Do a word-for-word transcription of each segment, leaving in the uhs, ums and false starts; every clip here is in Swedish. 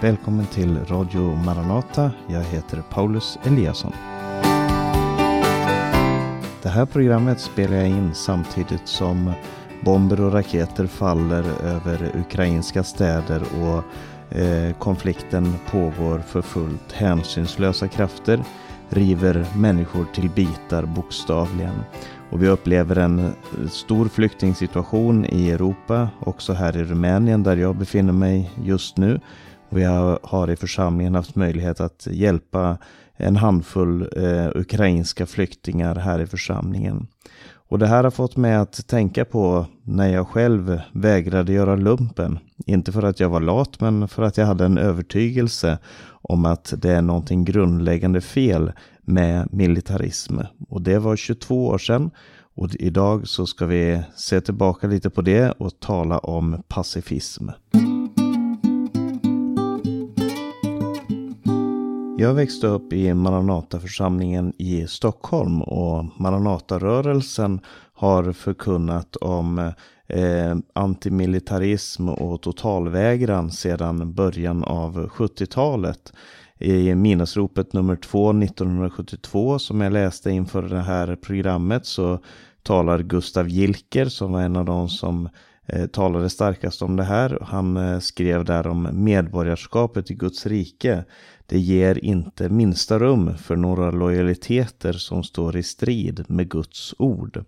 välkommen till Radio Maranata. Jag heter Paulus Eliasson. Det här programmet spelar jag in samtidigt som bomber och raketer faller över ukrainska städer och eh, konflikten pågår för fullt. Hänsynslösa krafter river människor till bitar bokstavligen. Och vi upplever en stor flyktingsituation i Europa, också här i Rumänien där jag befinner mig just nu. Vi har i församlingen haft möjlighet att hjälpa en handfull eh, ukrainska flyktingar här i församlingen. Och det här har fått mig att tänka på när jag själv vägrade göra lumpen. Inte för att jag var lat, men för att jag hade en övertygelse om att det är någonting grundläggande fel med militarism. Och det var tjugotvå år sedan. Och idag så ska vi se tillbaka lite på det och tala om pacifism. Jag växte upp i Maranata-församlingen i Stockholm och Maranata-rörelsen har förkunnat om eh, antimilitarism och totalvägran sedan början av sjuttiotalet. I minnesropet nummer två nittonhundrasjuttiotvå som jag läste inför det här programmet så talar Gustav Gilker, som var en av de som eh, talade starkast om det här. Han eh, skrev där om medborgarskapet i Guds rike. Det ger inte minsta rum för några lojaliteter som står i strid med Guds ord.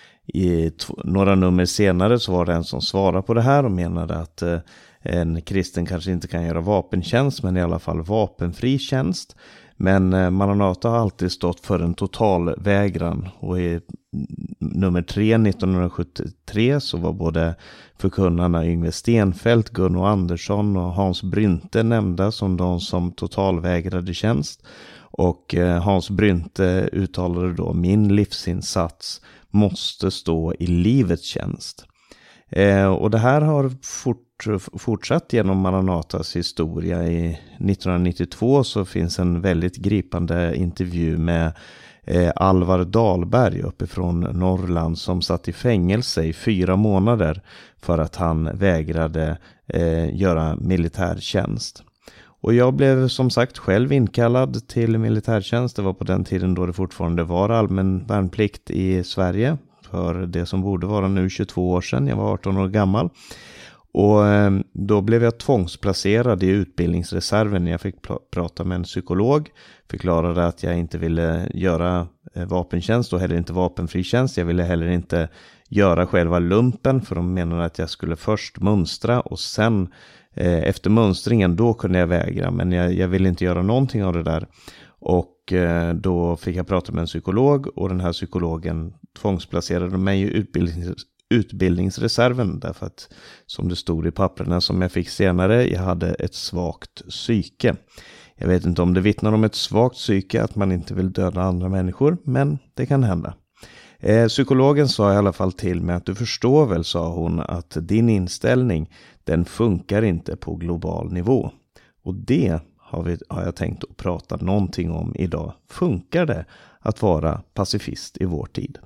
I t- några nummer senare så var det en som svarade på det här och menade att eh, en kristen kanske inte kan göra vapentjänst, men i alla fall vapenfri tjänst. Men eh, Maranata har alltid stått för en total vägran. Och i nummer tre nittonhundrasjuttiotre så var både förkunnarna Yngve Stenfeldt, Gunno Andersson och Hans Brynte nämnda som de som totalvägrade tjänst. Och eh, Hans Brynte uttalade då: min livsinsats måste stå i livets tjänst. Eh, och det här har fort, fortsatt genom Maranatas historia. I nittonhundranittiotvå så finns en väldigt gripande intervju med eh, Alvar Dahlberg uppifrån Norrland som satt i fängelse i fyra månader för att han vägrade eh, göra militärtjänst. Och jag blev som sagt själv inkallad till militärtjänst. Det var på den tiden då det fortfarande var allmän värnplikt i Sverige. För det som borde vara nu tjugotvå år sedan. Jag var arton år gammal. Och då blev jag tvångsplacerad i utbildningsreserven. Jag fick pr- prata med en psykolog. Förklarade att jag inte ville göra vapentjänst och heller inte vapenfri tjänst. Jag ville heller inte göra själva lumpen. För de menade att jag skulle först mönstra och sen eh, efter mönstringen då kunde jag vägra. Men jag, jag ville inte göra någonting av det där. Och eh, då fick jag prata med en psykolog och den här psykologen tvångsplacerade mig i utbildnings, utbildningsreserven därför att, som det stod i papperna som jag fick senare, jag hade ett svagt psyke. Jag vet inte om det vittnar om ett svagt psyke att man inte vill döda andra människor, men det kan hända. Eh, psykologen sa i alla fall till mig att du förstår väl, sa hon, att din inställning den funkar inte på global nivå. Och det har, vi, har jag tänkt att prata någonting om idag. Funkar det att vara pacifist i vår tid?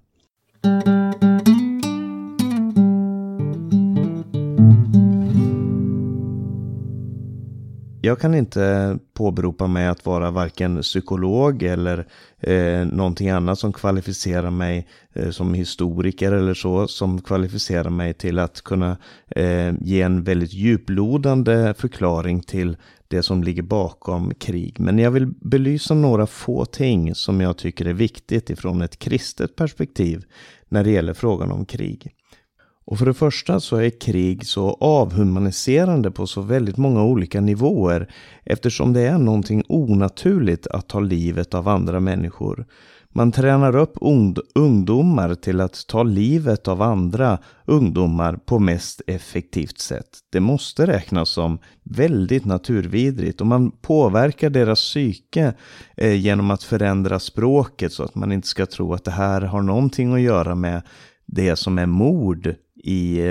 Jag kan inte påberopa mig att vara varken psykolog eller eh, någonting annat som kvalificerar mig eh, som historiker eller så, som kvalificerar mig till att kunna eh, ge en väldigt djuplodande förklaring till det som ligger bakom krig. Men jag vill belysa några få ting som jag tycker är viktigt ifrån ett kristet perspektiv när det gäller frågan om krig. Och för det första så är krig så avhumaniserande på så väldigt många olika nivåer eftersom det är någonting onaturligt att ta livet av andra människor. Man tränar upp ung- ungdomar till att ta livet av andra ungdomar på mest effektivt sätt. Det måste räknas som väldigt naturvidrigt och man påverkar deras psyke eh, genom att förändra språket så att man inte ska tro att det här har någonting att göra med det som är mord i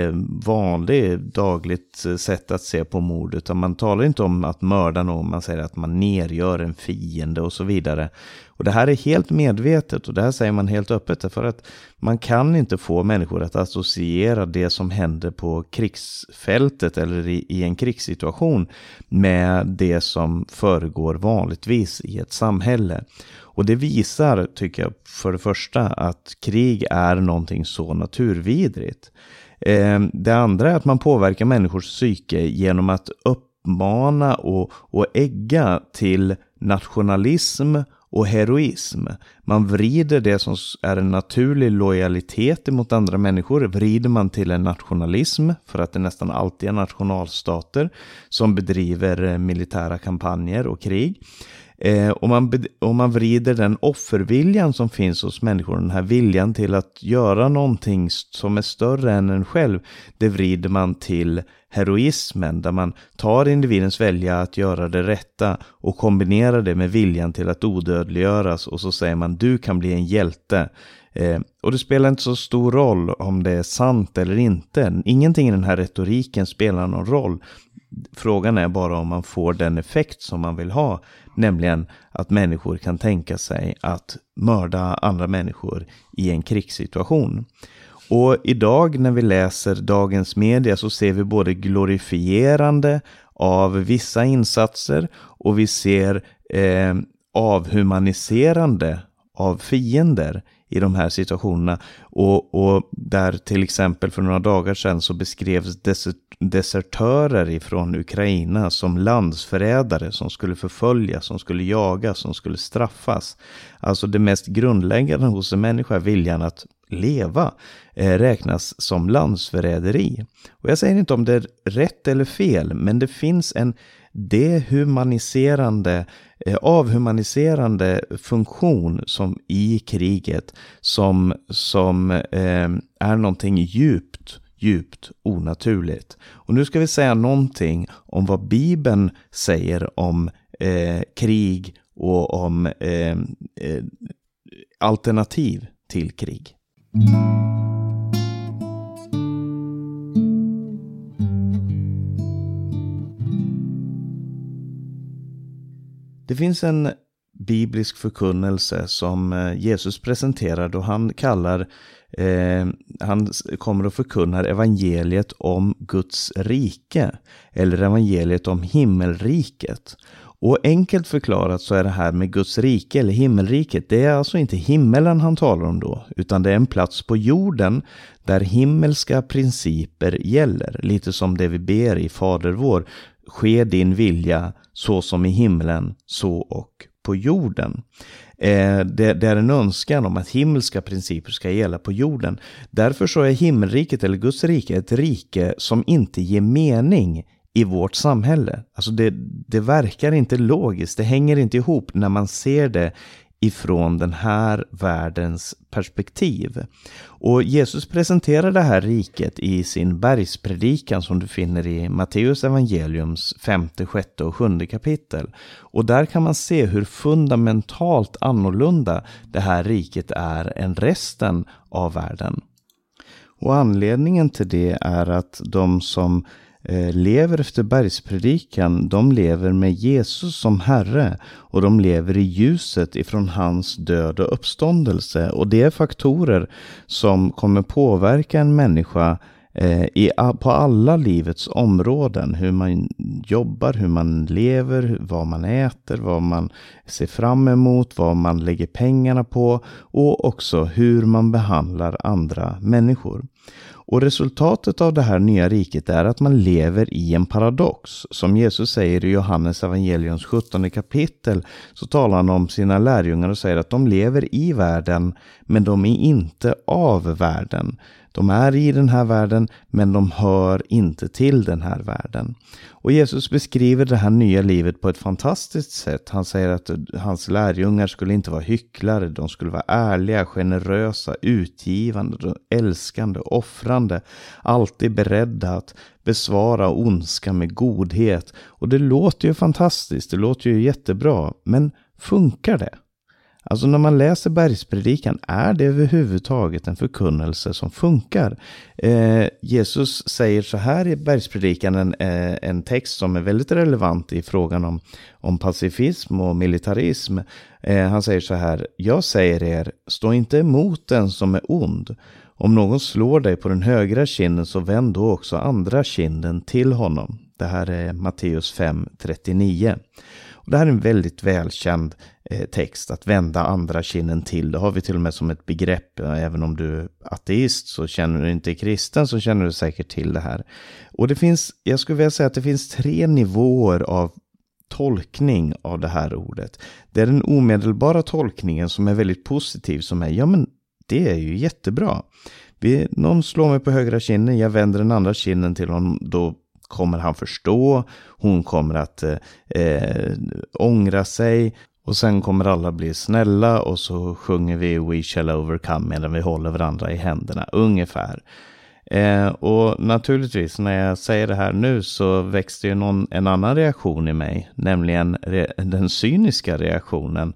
vanligt dagligt sätt att se på mord, utan man talar inte om att mörda någon, man säger att man nergör en fiende och så vidare. Och det här är helt medvetet, och det här säger man helt öppet, för att man kan inte få människor att associera det som händer på krigsfältet eller i, i en krigssituation med det som föregår vanligtvis i ett samhälle. Och det visar, tycker jag, för det första att krig är någonting så naturvidrigt. Eh, det andra är att man påverkar människors psyke genom att uppmana och, och ägga till nationalism och heroism. Man vrider det som är en naturlig lojalitet mot andra människor, vrider man till en nationalism, för att det nästan alltid är nationalstater som bedriver militära kampanjer och krig. Eh, och, man, och man vrider den offerviljan som finns hos människor, den här viljan till att göra någonting som är större än en själv, det vrider man till heroismen, där man tar individens välja att göra det rätta och kombinerar det med viljan till att odödliggöras, och så säger man du kan bli en hjälte. Eh, och det spelar inte så stor roll om det är sant eller inte. Ingenting i den här retoriken spelar någon roll. Frågan är bara om man får den effekt som man vill ha, nämligen att människor kan tänka sig att mörda andra människor i en krigssituation. Och idag när vi läser dagens media så ser vi både glorifierande av vissa insatser och vi ser eh, avhumaniserande av fiender i de här situationerna. Och, och där till exempel för några dagar sedan så beskrevs des- desertörer ifrån Ukraina som landsförrädare som skulle förföljas, som skulle jagas, som skulle straffas. Alltså det mest grundläggande hos en människa är viljan att leva eh, räknas som landsförräderi. Och jag säger inte om det är rätt eller fel, men det finns en dehumaniserande, eh, avhumaniserande funktion som i kriget som, som eh, är någonting djupt, djupt onaturligt. Och nu ska vi säga någonting om vad Bibeln säger om eh, krig och om eh, eh, alternativ till krig. Det finns en biblisk förkunnelse som Jesus presenterar då han kallar eh, han kommer att förkunna evangeliet om Guds rike eller evangeliet om himmelriket. Och enkelt förklarat så är det här med Guds rike eller himmelriket, det är alltså inte himmelen han talar om då, utan det är en plats på jorden där himmelska principer gäller. Lite som det vi ber i Fader vår, ske din vilja så som i himlen, så och på jorden. Eh, det, det är en önskan om att himmelska principer ska gälla på jorden. Därför så är himmelriket eller Guds rike ett rike som inte ger mening i vårt samhälle. Alltså det, det verkar inte logiskt, det hänger inte ihop när man ser det ifrån den här världens perspektiv. Och Jesus presenterar det här riket i sin bergspredikan som du finner i Matteus evangeliums femte, sjätte och sjunde kapitel. Och där kan man se hur fundamentalt annorlunda det här riket är än resten av världen. Och anledningen till det är att de som lever efter bergspredikan, de lever med Jesus som Herre och de lever i ljuset ifrån hans död och uppståndelse, och det är faktorer som kommer påverka en människa eh, i, på alla livets områden, hur man jobbar, hur man lever, vad man äter, vad man ser fram emot, vad man lägger pengarna på och också hur man behandlar andra människor. Och resultatet av det här nya riket är att man lever i en paradox. Som Jesus säger i Johannes evangeliums sjuttonde kapitel så talar han om sina lärjungar och säger att de lever i världen men de är inte av världen. De är i den här världen men de hör inte till den här världen. Och Jesus beskriver det här nya livet på ett fantastiskt sätt. Han säger att hans lärjungar skulle inte vara hycklare, de skulle vara ärliga, generösa, utgivande, älskande, offrande, alltid beredda att besvara ondska med godhet. Och det låter ju fantastiskt, det låter ju jättebra, men funkar det? Alltså när man läser bergspredikan, är det överhuvudtaget en förkunnelse som funkar? Eh, Jesus säger så här i bergspredikan, en, eh, en text som är väldigt relevant i frågan om, om pacifism och militarism. Eh, han säger så här: jag säger er, stå inte emot den som är ond. Om någon slår dig på den högra kinden, så vänd då också andra kinden till honom. Det här är Matteus fem trettionio. Och det här är en väldigt välkänd eh, text, att vända andra kinden till. Det har vi till och med som ett begrepp. Även om du är ateist så känner du inte kristen, så känner du säkert till det här. Och det finns, jag skulle vilja säga att det finns tre nivåer av tolkning av det här ordet. Det är den omedelbara tolkningen som är väldigt positiv, som är, ja men det är ju jättebra. Vi, någon slår mig på högra kinden, jag vänder den andra kinden till honom, då kommer han förstå, hon kommer att eh, ångra sig, och sen kommer alla bli snälla, och så sjunger vi We shall overcome medan vi håller varandra i händerna, ungefär. Eh, och naturligtvis när jag säger det här nu så växte ju någon, en annan reaktion i mig, nämligen re, den cyniska reaktionen.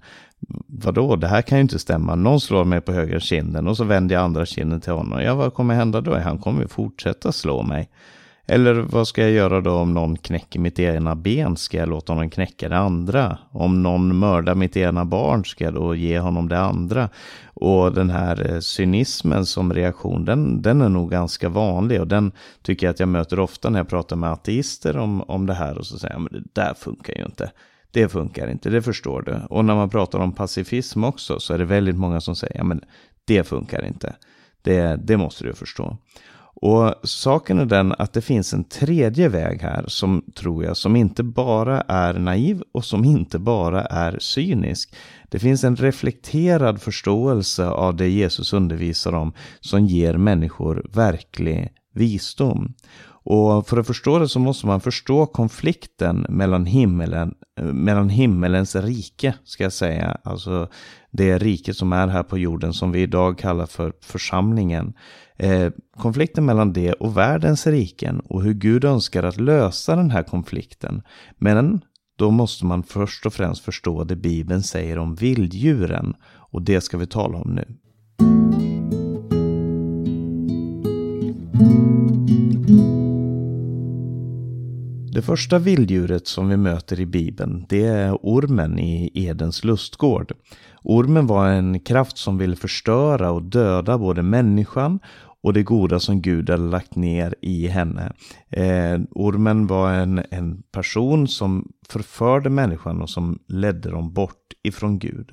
Vadå, det här kan ju inte stämma. Någon slår mig på högra kinden och så vänder jag andra kinden till honom. Ja, vad kommer hända då? Han kommer ju fortsätta slå mig. Eller vad ska jag göra då om någon knäcker mitt ena ben? Ska jag låta honom knäcka det andra? Om någon mördar mitt ena barn, ska jag då ge honom det andra? Och den här cynismen som reaktion, den, den är nog ganska vanlig. Och den tycker jag att jag möter ofta när jag pratar med ateister om, om det här. Och så säger jag, men det där funkar ju inte. Det funkar inte, det förstår du. Och när man pratar om pacifism också, så är det väldigt många som säger, ja men det funkar inte. Det, det måste du förstå. Och saken är den att det finns en tredje väg här som tror jag, som inte bara är naiv och som inte bara är cynisk. Det finns en reflekterad förståelse av det Jesus undervisar om som ger människor verklig visdom. Och för att förstå det så måste man förstå konflikten mellan himmelen, mellan himmelens rike, ska jag säga. Alltså det rike som är här på jorden, som vi idag kallar för församlingen. Eh, konflikten mellan det och världens riken, och hur Gud önskar att lösa den här konflikten. Men då måste man först och främst förstå det Bibeln säger om vilddjuren, och det ska vi tala om nu. Det första vilddjuret som vi möter i Bibeln, det är ormen i Edens lustgård. Ormen var en kraft som ville förstöra och döda både människan och det goda som Gud hade lagt ner i henne. Eh, ormen var en, en person som förförde människan och som ledde dem bort ifrån Gud.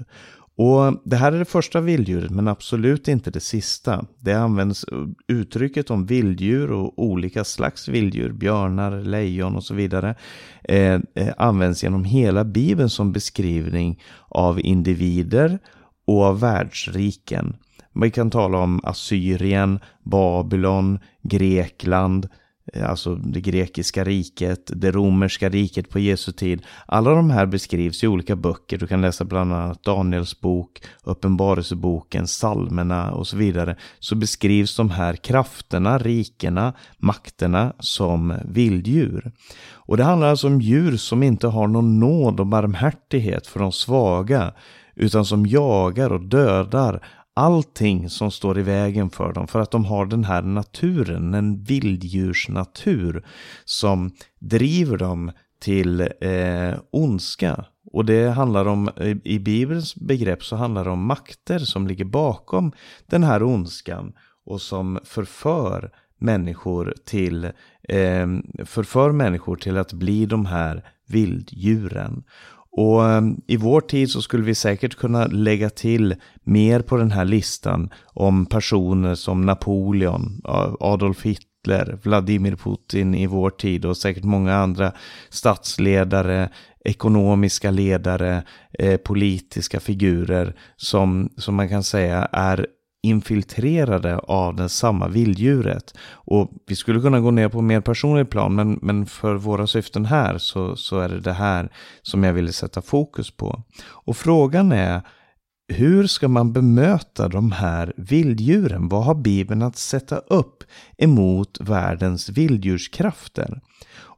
Och det här är det första vilddjuret, men absolut inte det sista. Det används uttrycket om vilddjur och olika slags vilddjur, björnar, lejon och så vidare, eh, eh, används genom hela Bibeln som beskrivning av individer och av världsriken. Man kan tala om Assyrien, Babylon, Grekland, alltså det grekiska riket, det romerska riket på Jesu tid. Alla de här beskrivs i olika böcker. Du kan läsa bland annat Daniels bok, Uppenbarelseboken, Psalmerna och så vidare. Så beskrivs de här krafterna, rikena, makterna som vilddjur. Och det handlar alltså om djur som inte har någon nåd och barmhärtighet för de svaga, utan som jagar och dödar allting som står i vägen för dem, för att de har den här naturen, en vilddjursnatur som driver dem till eh, ondska. Och det handlar om, i Bibelns begrepp så handlar det om makter som ligger bakom den här ondskan och som förför människor till eh, förför människor till att bli de här vilddjuren. Och i vår tid så skulle vi säkert kunna lägga till mer på den här listan om personer som Napoleon, Adolf Hitler, Vladimir Putin i vår tid och säkert många andra statsledare, ekonomiska ledare, eh, politiska figurer som, som man kan säga är infiltrerade av den samma vilddjuret. Och vi skulle kunna gå ner på mer personlig plan, men, men för våra syften här så, så är det det här som jag ville sätta fokus på. Och frågan är, hur ska man bemöta de här vilddjuren? Vad har Bibeln att sätta upp emot världens vilddjurskrafter?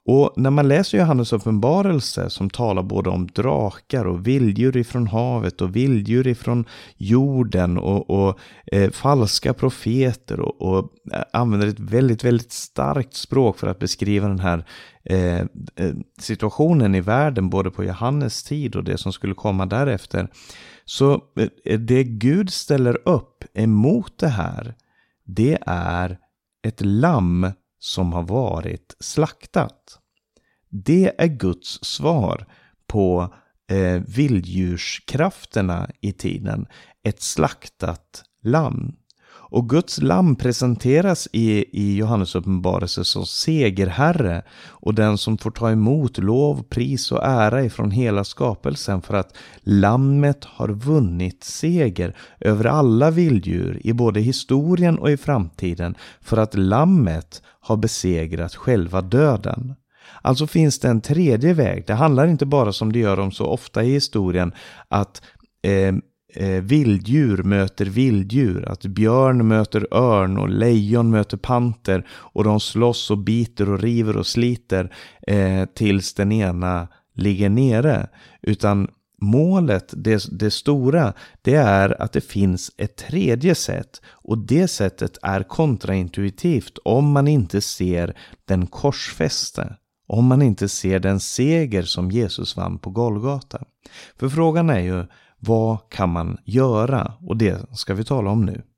Och när man läser Johannes uppenbarelse som talar både om drakar och vilddjur ifrån havet och vilddjur ifrån jorden och, och eh, falska profeter och, och använder ett väldigt, väldigt starkt språk för att beskriva den här eh, situationen i världen både på Johannes tid och det som skulle komma därefter. Så eh, det Gud ställer upp emot det här, det är ett lamm som har varit slaktat. Det är Guds svar på eh, vilddjurskrafterna i tiden. Ett slaktat lamm. Och Guds lamm presenteras i, i Johannes uppenbarelse som segerherre och den som får ta emot lov, pris och ära ifrån hela skapelsen för att lammet har vunnit seger över alla vilddjur i både historien och i framtiden för att lammet har besegrat själva döden. Alltså finns det en tredje väg. Det handlar inte bara som det gör om så ofta i historien att eh, Eh, vilddjur möter vilddjur, att björn möter örn och lejon möter panter och de slåss och biter och river och sliter eh, tills den ena ligger nere. Utan målet, det, det stora, det är att det finns ett tredje sätt och det sättet är kontraintuitivt om man inte ser den korsfäste. Om man inte ser den seger som Jesus vann på Golgata. För frågan är ju, vad kan man göra? Och det ska vi tala om nu.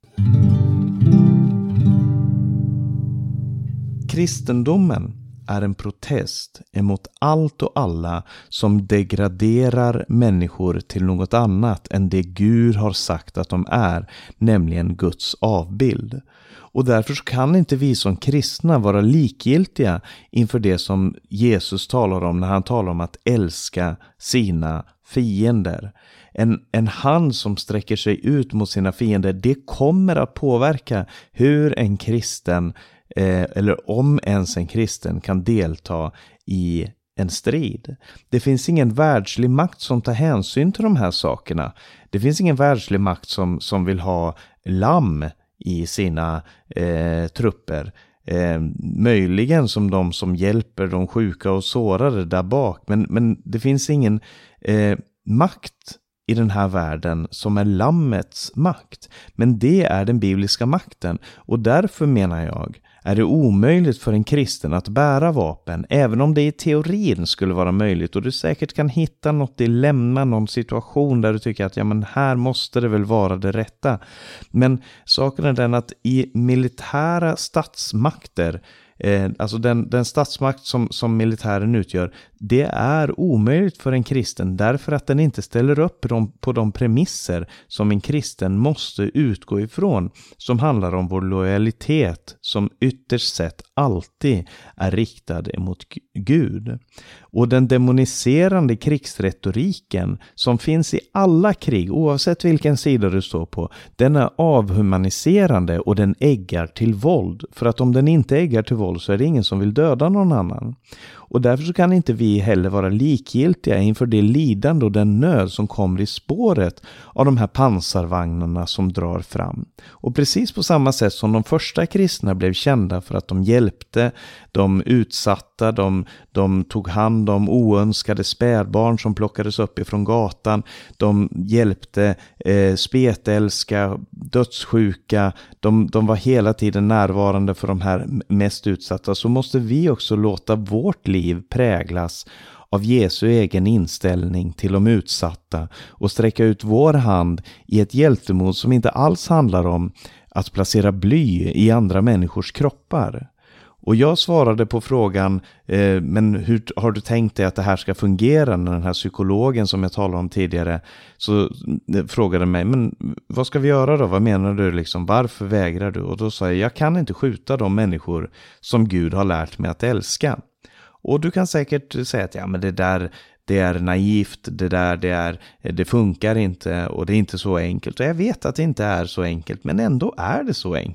Kristendomen är en protest emot allt och alla som degraderar människor till något annat än det Gud har sagt att de är, nämligen Guds avbild. Och därför så kan inte vi som kristna vara likgiltiga inför det som Jesus talar om när han talar om att älska sina fiender. En, en hand som sträcker sig ut mot sina fiender, det kommer att påverka hur en kristen, eh, eller om ens en kristen kan delta i en strid. Det finns ingen världslig makt som tar hänsyn till de här sakerna. Det finns ingen världslig makt som, som vill ha lamm i sina eh, trupper. Eh, möjligen som de som hjälper de sjuka och sårade där bak. Men, men det finns ingen eh, makt i den här världen som är lammets makt. Men det är den bibliska makten. Och därför menar jag är det omöjligt för en kristen att bära vapen. Även om det i teorin skulle vara möjligt. Och du säkert kan hitta något dilemma, någon situation där du tycker att ja, men här måste det väl vara det rätta. Men saken är den att i militära statsmakter, Eh, alltså den, den statsmakt som, som militären utgör, det är omöjligt för en kristen därför att den inte ställer upp de, på de premisser som en kristen måste utgå ifrån, som handlar om vår lojalitet som ytterst sett alltid är riktad emot Gud. Och den demoniserande krigsretoriken som finns i alla krig, oavsett vilken sida du står på, den är avhumaniserande och den äggar till våld. För att om den inte äggar till våld så är det ingen som vill döda någon annan. Och därför så kan inte vi heller vara likgiltiga inför det lidande och den nöd som kommer i spåret av de här pansarvagnarna som drar fram. Och precis på samma sätt som de första kristna blev kända för att de hjälpte de utsatta, de, de tog hand om oönskade spädbarn som plockades upp ifrån gatan, de hjälpte eh, spetälska, dödssjuka, de, de var hela tiden närvarande för de här mest utsatta, så måste vi också låta vårt liv präglas av Jesu egen inställning till de utsatta och sträcka ut vår hand i ett hjältemod som inte alls handlar om att placera bly i andra människors kroppar. Och jag svarade på frågan, eh, men hur har du tänkt dig att det här ska fungera? När den här psykologen som jag talade om tidigare så frågade mig, men vad ska vi göra då? Vad menar du liksom? Varför vägrar du? Och då sa jag, jag kan inte skjuta de människor som Gud har lärt mig att älska. Och du kan säkert säga att ja, men det där det är naivt, det där det är det funkar inte och det är inte så enkelt. Och jag vet att det inte är så enkelt, men ändå är det så enkelt.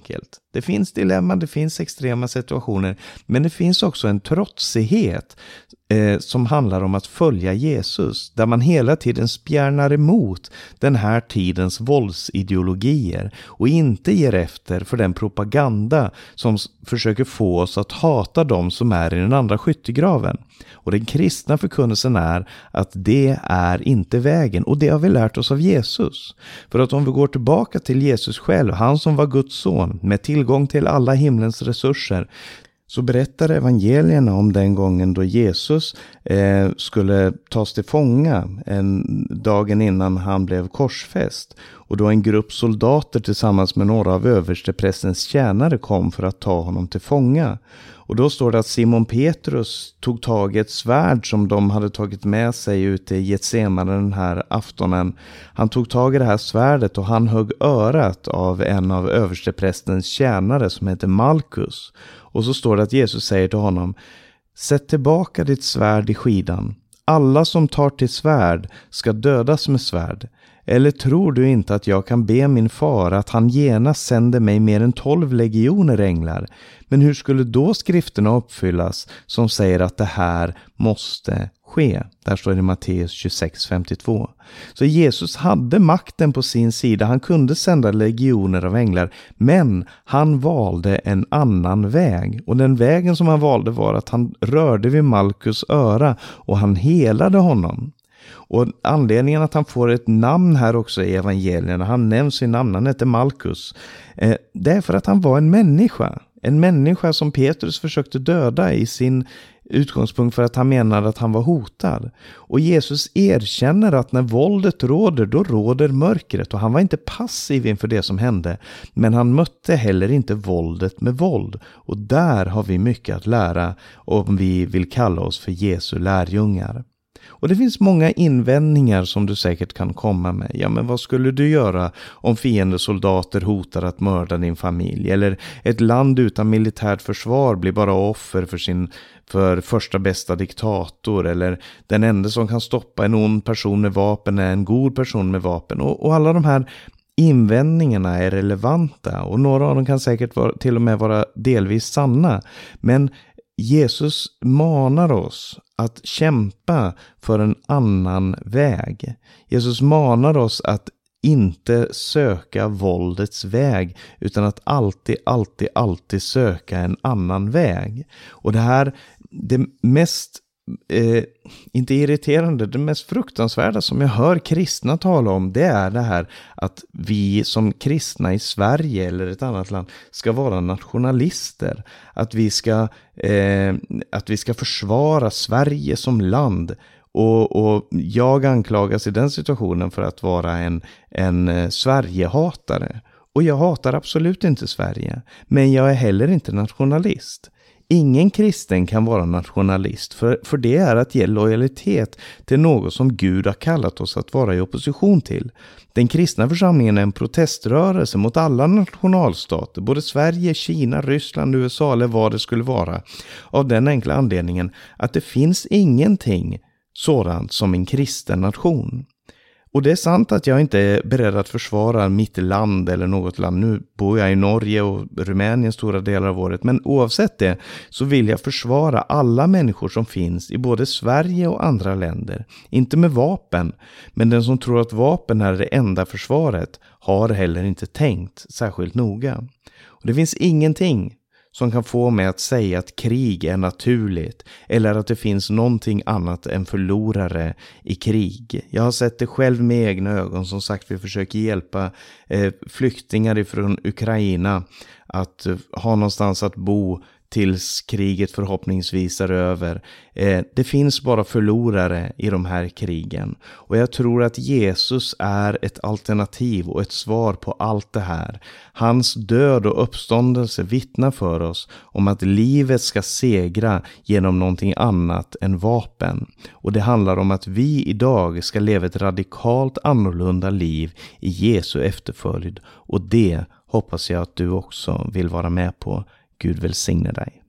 Det finns dilemma, det finns extrema situationer, men det finns också en trotsighet eh, som handlar om att följa Jesus, där man hela tiden spjärnar emot den här tidens våldsideologier och inte ger efter för den propaganda som s- försöker få oss att hata dem som är i den andra skyttegraven. Och den kristna förkunnelsen är att det är inte vägen, och det har vi lärt oss av Jesus. För att om vi går tillbaka till Jesus själv, han som var Guds son med tillgång till alla himlens resurser, så berättar evangelierna om den gången då Jesus eh, skulle tas till fånga en dagen innan han blev korsfäst. Och då en grupp soldater tillsammans med några av översteprästens tjänare kom för att ta honom till fånga. Och då står det att Simon Petrus tog tag i ett svärd som de hade tagit med sig ute i Getsemane den här aftonen. Han tog tag i det här svärdet och han högg örat av en av översteprästens tjänare som heter Malkus. Och så står det att Jesus säger till honom: sätt tillbaka ditt svärd i skidan. Alla som tar till svärd ska dödas med svärd. Eller tror du inte att jag kan be min far att han genast sänder mig mer än tolv legioner änglar? Men hur skulle då skrifterna uppfyllas som säger att det här måste ske? Där står det i Matteus tjugosex femtiotvå. Så Jesus hade makten på sin sida. Han kunde sända legioner av änglar, men han valde en annan väg. Och den vägen som han valde var att han rörde vid Malkus öra och han helade honom. Och anledningen att han får ett namn här också i evangelierna, han nämns i namn, han heter Malkus, eh, det är för att han var en människa. En människa som Petrus försökte döda i sin utgångspunkt för att han menade att han var hotad. Och Jesus erkänner att när våldet råder, då råder mörkret. Och han var inte passiv inför det som hände, men han mötte heller inte våldet med våld. Och där har vi mycket att lära om vi vill kalla oss för Jesu lärjungar. Och det finns många invändningar som du säkert kan komma med. Ja, men vad skulle du göra om fiendesoldater hotar att mörda din familj? Eller ett land utan militärt försvar blir bara offer för sin för första bästa diktator? Eller den enda som kan stoppa en ond person med vapen är en god person med vapen? Och, och alla de här invändningarna är relevanta. Och några av dem kan säkert vara, till och med vara delvis sanna. Men Jesus manar oss att kämpa för en annan väg. Jesus manar oss att inte söka våldets väg, utan att alltid, alltid, alltid söka en annan väg. Och det här, det mest, eh, inte irriterande, det mest fruktansvärda som jag hör kristna tala om, det är det här att vi som kristna i Sverige eller ett annat land ska vara nationalister. Att vi ska, eh, att vi ska försvara Sverige som land. Och, och jag anklagas i den situationen för att vara en, en Sverigehatare. Och jag hatar absolut inte Sverige, men jag är heller inte nationalist. Ingen kristen kan vara nationalist, för, för det är att ge lojalitet till något som Gud har kallat oss att vara i opposition till. Den kristna församlingen är en proteströrelse mot alla nationalstater, både Sverige, Kina, Ryssland, U S A eller vad det skulle vara. Av den enkla anledningen att det finns ingenting sådant som en kristen nation. Och det är sant att jag inte är beredd att försvara mitt land eller något land. Nu bor jag i Norge och Rumänien stora delar av året. Men oavsett det så vill jag försvara alla människor som finns i både Sverige och andra länder. Inte med vapen, men den som tror att vapen är det enda försvaret har heller inte tänkt särskilt noga. Och det finns ingenting som kan få mig att säga att krig är naturligt eller att det finns någonting annat än förlorare i krig. Jag har sett det själv med egna ögon. Som sagt, vi försöker hjälpa eh, flyktingar ifrån Ukraina att eh, ha någonstans att bo tills kriget förhoppningsvis är över. Eh, det finns bara förlorare i de här krigen. Och jag tror att Jesus är ett alternativ och ett svar på allt det här. Hans död och uppståndelse vittnar för oss om att livet ska segra genom någonting annat än vapen. Och det handlar om att vi idag ska leva ett radikalt annorlunda liv i Jesu efterföljd. Och det hoppas jag att du också vill vara med på. Gud välsigne dig.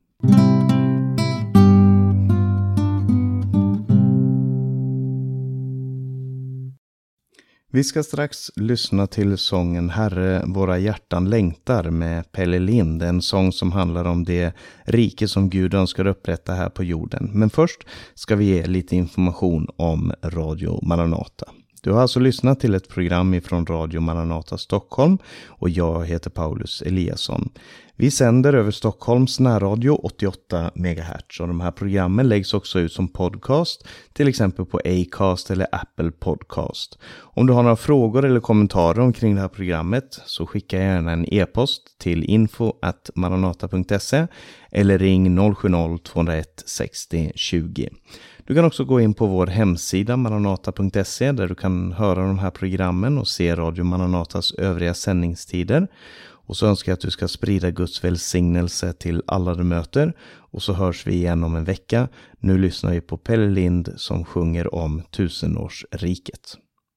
Vi ska strax lyssna till sången Herre, våra hjärtan längtar med Pelle Lind. En sång som handlar om det rike som Gud önskar upprätta här på jorden. Men först ska vi ge lite information om Radio Maranata. Du har alltså lyssnat till ett program ifrån Radio Maranata Stockholm och jag heter Paulus Eliasson. Vi sänder över Stockholms närradio åttioåtta megahertz och de här programmen läggs också ut som podcast, till exempel på Acast eller Apple Podcast. Om du har några frågor eller kommentarer omkring det här programmet så skicka gärna en e-post till info at maranata punkt se eller ring noll sju noll två noll ett sextio tjugo. Du kan också gå in på vår hemsida maranata punkt se där du kan höra de här programmen och se Radio Maranatas övriga sändningstider. Och så önskar jag att du ska sprida Guds välsignelse till alla du möter. Och så hörs vi igen om en vecka. Nu lyssnar vi på Pelle Lind som sjunger om tusenårsriket.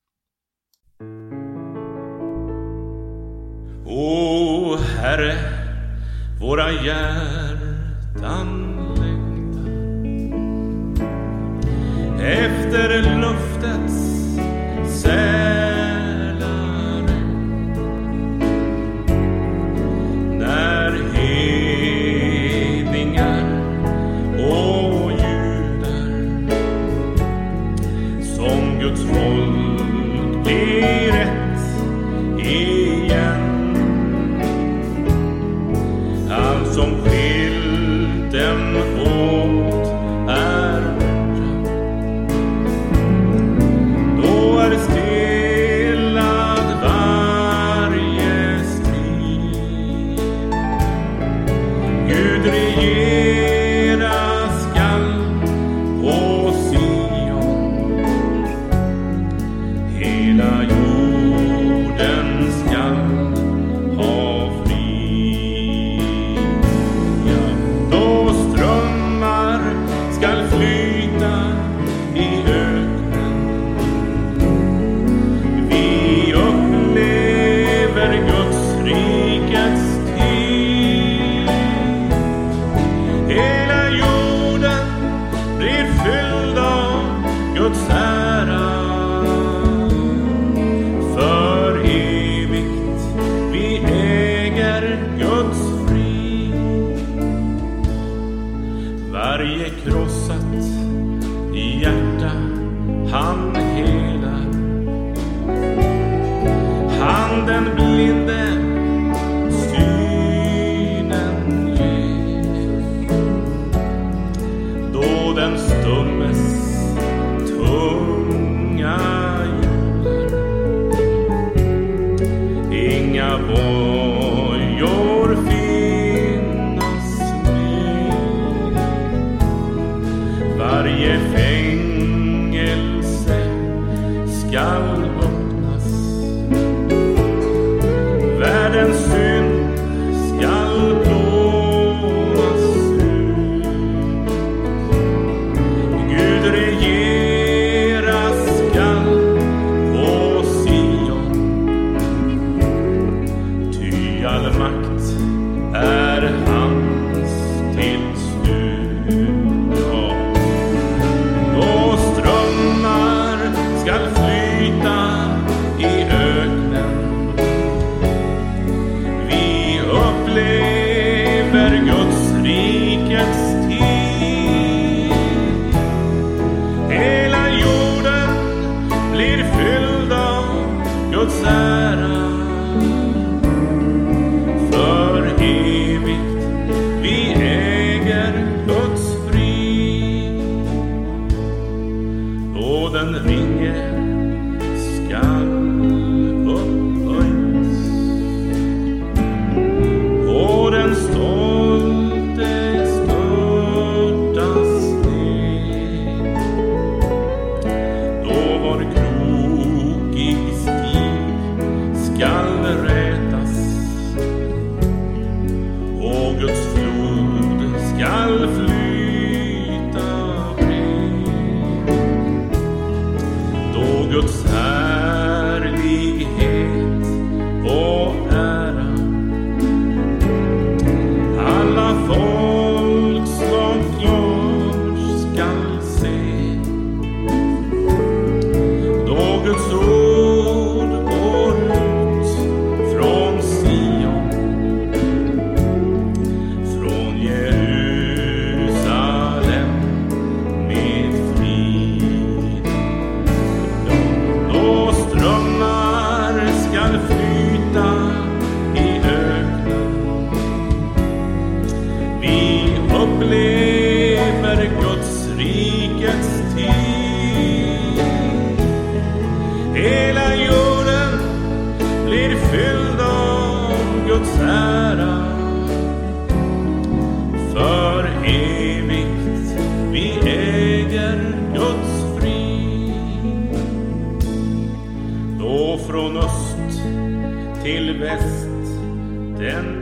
O Herre, våra hjärtan längtar efter luftets sälare, när hedningar och judar som Guds folk blir ett igen. Allt som skilt dem åt är borta. Då är stillad varje strid. Gud regera skall på Sion. Hela jorden skall ha frid. Ja, då strömmar skall flyta i öknen. Vi upplever Guds rikets tid. Hela jorden blir fylld av Guds ära. För evigt vi äger Guds frid. Varje krossat hjärta han helar. Han den blinde synen ger. Då den stummes tunga hjular. Inga bojor finnas mer. Varje fängelse skall öppnas. Världens synd skall plånas ut. Gud regera skall på Sion. Ty all makt är hans till slut. Ja. Då strömmar skall flyta i öknen. Vi upplever Guds rikets tid. Hela jorden blir fylld av Guds ära. För evigt vi äger Guds frid. Då den ringe skall upphöjas och den stolte störtas ner. Då var krokig stig rikets tid. Hela jorden blir fylld av Guds ära. För evigt vi äger Guds frid. Då från öst till väst den